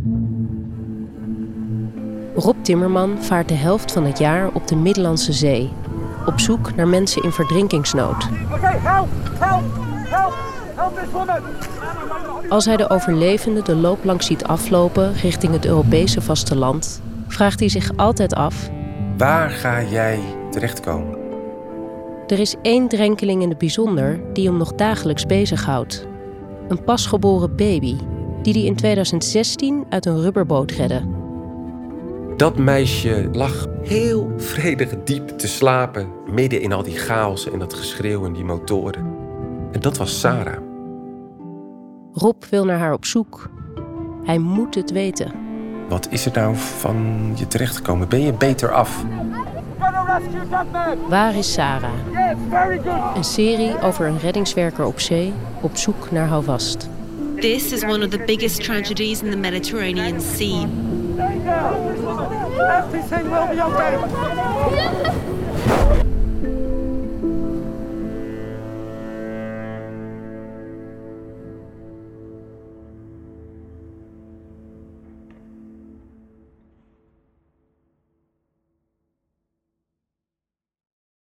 Rob Timmerman vaart de helft van het jaar op de Middellandse Zee, op zoek naar mensen in verdrinkingsnood. Oké, help this woman! Als hij de overlevenden de looplank ziet aflopen richting het Europese vasteland, vraagt hij zich altijd af: waar ga jij terechtkomen? Er is 1 drenkeling in het bijzonder die hem nog dagelijks bezighoudt. Een pasgeboren baby, die hij in 2016 uit een rubberboot redde. Dat meisje lag heel vredig diep te slapen, midden in al die chaos en dat geschreeuw en die motoren. En dat was Sarah. Rob wil naar haar op zoek. Hij moet het weten. Wat is er nou van je terechtgekomen? Ben je beter af? Waar is Sarah? Een serie over een reddingswerker op zee op zoek naar houvast. This is one of the biggest tragedies in the Mediterranean Sea. Everything will be okay.